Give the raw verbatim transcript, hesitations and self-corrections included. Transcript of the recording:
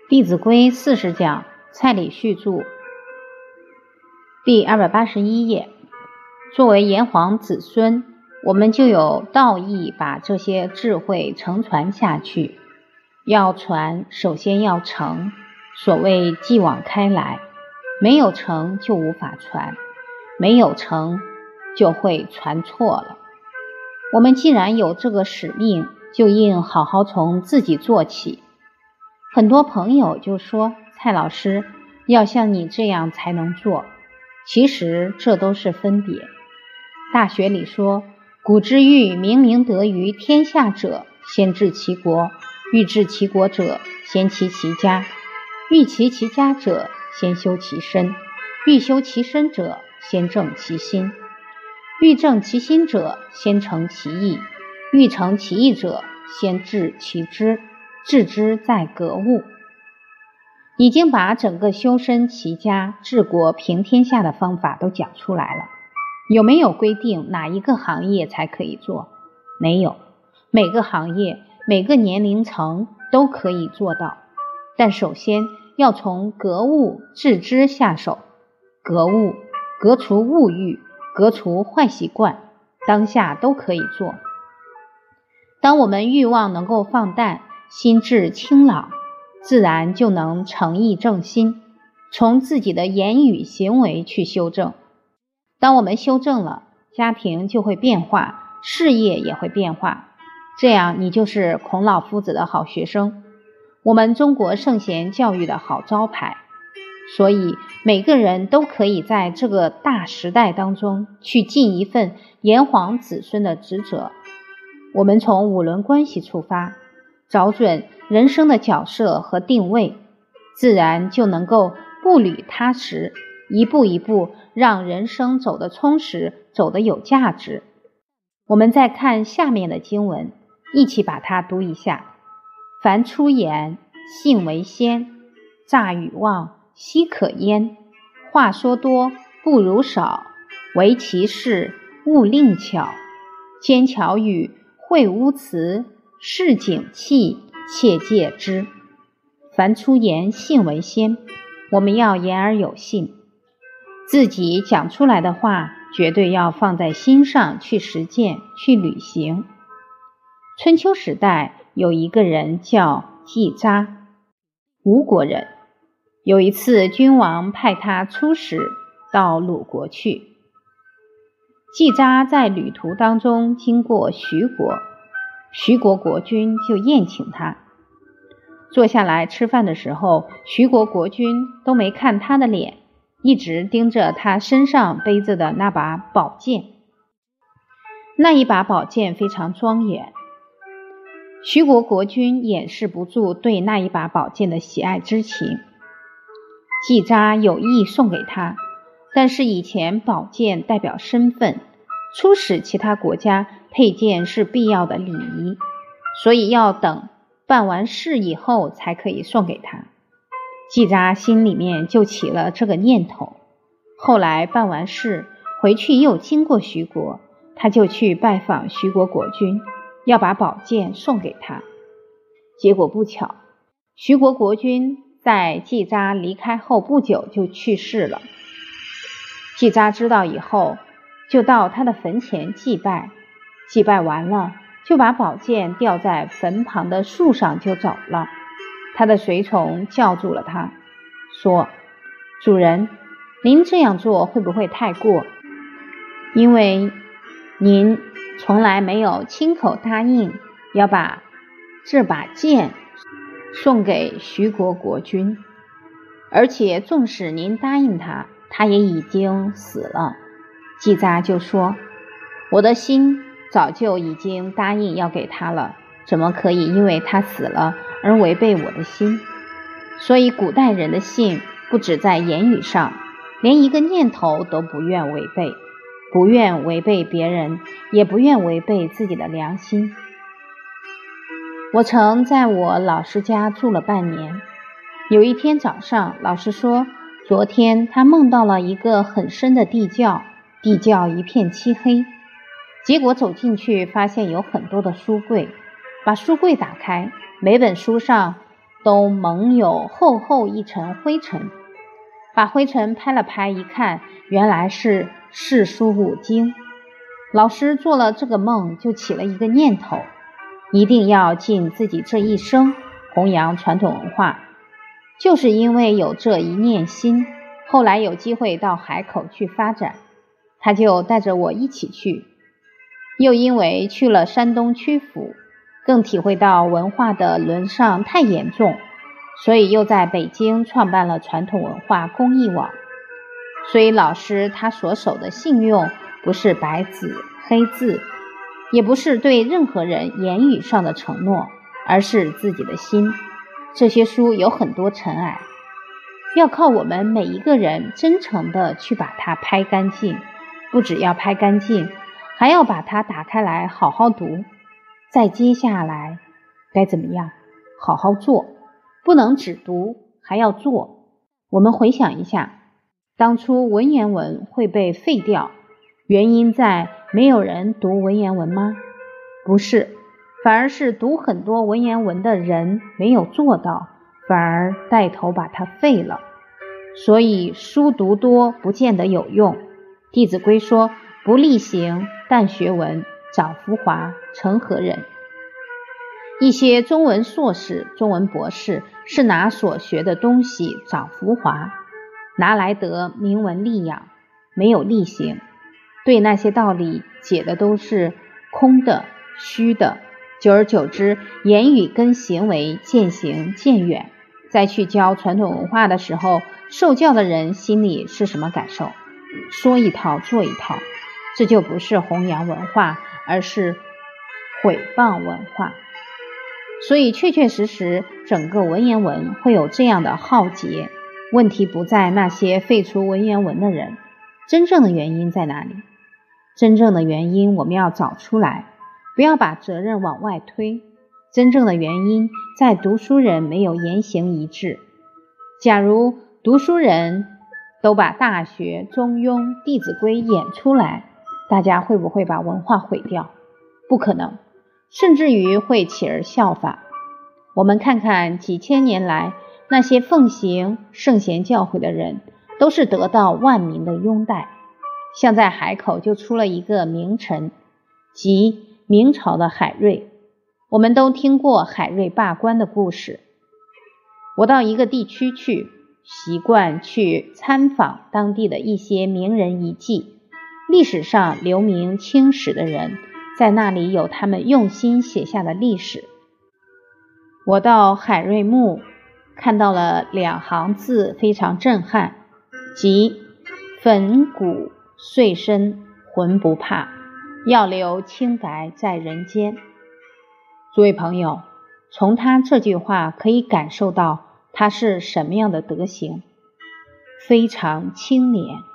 弟子规四十讲，蔡礼旭著，第二百八十一页。作为炎黄子孙，我们就有道义把这些智慧承传下去。要传，首先要承，所谓继往开来，没有承就无法传，没有承就会传错了。我们既然有这个使命，就应好好从自己做起。很多朋友就说，蔡老师，要像你这样才能做。其实这都是分别。大学里说，古之欲明明德于天下者，先治其国；欲治其国者，先齐其家；欲齐其家者，先修其身；欲修其身者，先正其心；欲正其心者，先诚其意；欲诚其意者，先治其知。治之在格物。已经把整个修身齐家治国平天下的方法都讲出来了。有没有规定哪一个行业才可以做？没有，每个行业每个年龄层都可以做到，但首先要从格物致知下手。格物，革除物欲，革除坏习惯，当下都可以做。当我们欲望能够放淡，心智清朗，自然就能诚意正心，从自己的言语行为去修正。当我们修正了，家庭就会变化，事业也会变化，这样你就是孔老夫子的好学生，我们中国圣贤教育的好招牌。所以每个人都可以在这个大时代当中去尽一份炎黄子孙的职责。我们从五伦关系出发，找准人生的角色和定位，自然就能够步履踏实，一步一步让人生走得充实，走得有价值。我们再看下面的经文，一起把它读一下。凡出言，信为先，诈与妄，奚可焉？话说多，不如少，唯其事，勿令巧。奸巧语，秽污词，市井气，切戒之。凡出言，信为先，我们要言而有信，自己讲出来的话绝对要放在心上去实践，去履行。春秋时代有一个人叫季札，吴国人。有一次君王派他出使到鲁国去，季札在旅途当中经过徐国，徐国国君就宴请他。坐下来吃饭的时候，徐国国君都没看他的脸，一直盯着他身上背着的那把宝剑。那一把宝剑非常庄严，徐国国君掩饰不住对那一把宝剑的喜爱之情。季札有意送给他，但是以前宝剑代表身份，出使其他国家佩剑是必要的礼仪，所以要等办完事以后才可以送给他。季札心里面就起了这个念头，后来办完事回去又经过徐国，他就去拜访徐国国君，要把宝剑送给他。结果不巧，徐国国君在季札离开后不久就去世了。季札知道以后，就到他的坟前祭拜，祭拜完了就把宝剑吊在坟旁的树上就走了。他的随从叫住了他，说：主人，您这样做会不会太过？因为您从来没有亲口答应要把这把剑送给徐国国君，而且纵使您答应他，他也已经死了。季札就说：我的心早就已经答应要给他了，怎么可以因为他死了而违背我的心？所以古代人的信不只在言语上，连一个念头都不愿违背，不愿违背别人，也不愿违背自己的良心。我曾在我老师家住了半年，有一天早上，老师说昨天他梦到了一个很深的地窖，地窖一片漆黑。结果走进去发现有很多的书柜，把书柜打开，每本书上都蒙有厚厚一层灰尘。把灰尘拍了拍，一看，原来是四书五经。老师做了这个梦，就起了一个念头，一定要尽自己这一生弘扬传统文化。就是因为有这一念心，后来有机会到海口去发展，他就带着我一起去。又因为去了山东曲阜，更体会到文化的沦丧太严重，所以又在北京创办了传统文化公益网。所以老师他所守的信用不是白纸黑字，也不是对任何人言语上的承诺，而是自己的心。这些书有很多尘埃，要靠我们每一个人真诚的去把它拍干净，不只要拍干净，还要把它打开来好好读。再接下来该怎么样？好好做，不能只读，还要做。我们回想一下，当初文言文会被废掉，原因在没有人读文言文吗？不是，反而是读很多文言文的人没有做到，反而带头把它废了。所以书读多不见得有用。弟子规说，不力行，但学文，长浮华，成何人？一些中文硕士、中文博士是拿所学的东西长浮华，拿来得名闻利养，没有力行，对那些道理解的都是空的、虚的，久而久之，言语跟行为渐行渐远。再去教传统文化的时候，受教的人心里是什么感受？说一套做一套，这就不是弘扬文化，而是毁谤文化。所以确确实实整个文言文会有这样的浩劫，问题不在那些废除文言文的人，真正的原因在哪里？真正的原因我们要找出来，不要把责任往外推。真正的原因在读书人没有言行一致。假如读书人都把大学、中庸、弟子规演出来，大家会不会把文化毁掉？不可能，甚至于会起而效法。我们看看几千年来那些奉行圣贤教诲的人，都是得到万民的拥戴。像在海口就出了一个名臣，即明朝的海瑞。我们都听过海瑞罢官的故事。我到一个地区去，习惯去参访当地的一些名人遗迹，历史上留名青史的人，在那里有他们用心写下的历史。我到海瑞墓看到了两行字，非常震撼，即粉骨碎身魂不怕，要留清白在人间。诸位朋友，从他这句话可以感受到他是什么样的德行，非常清廉。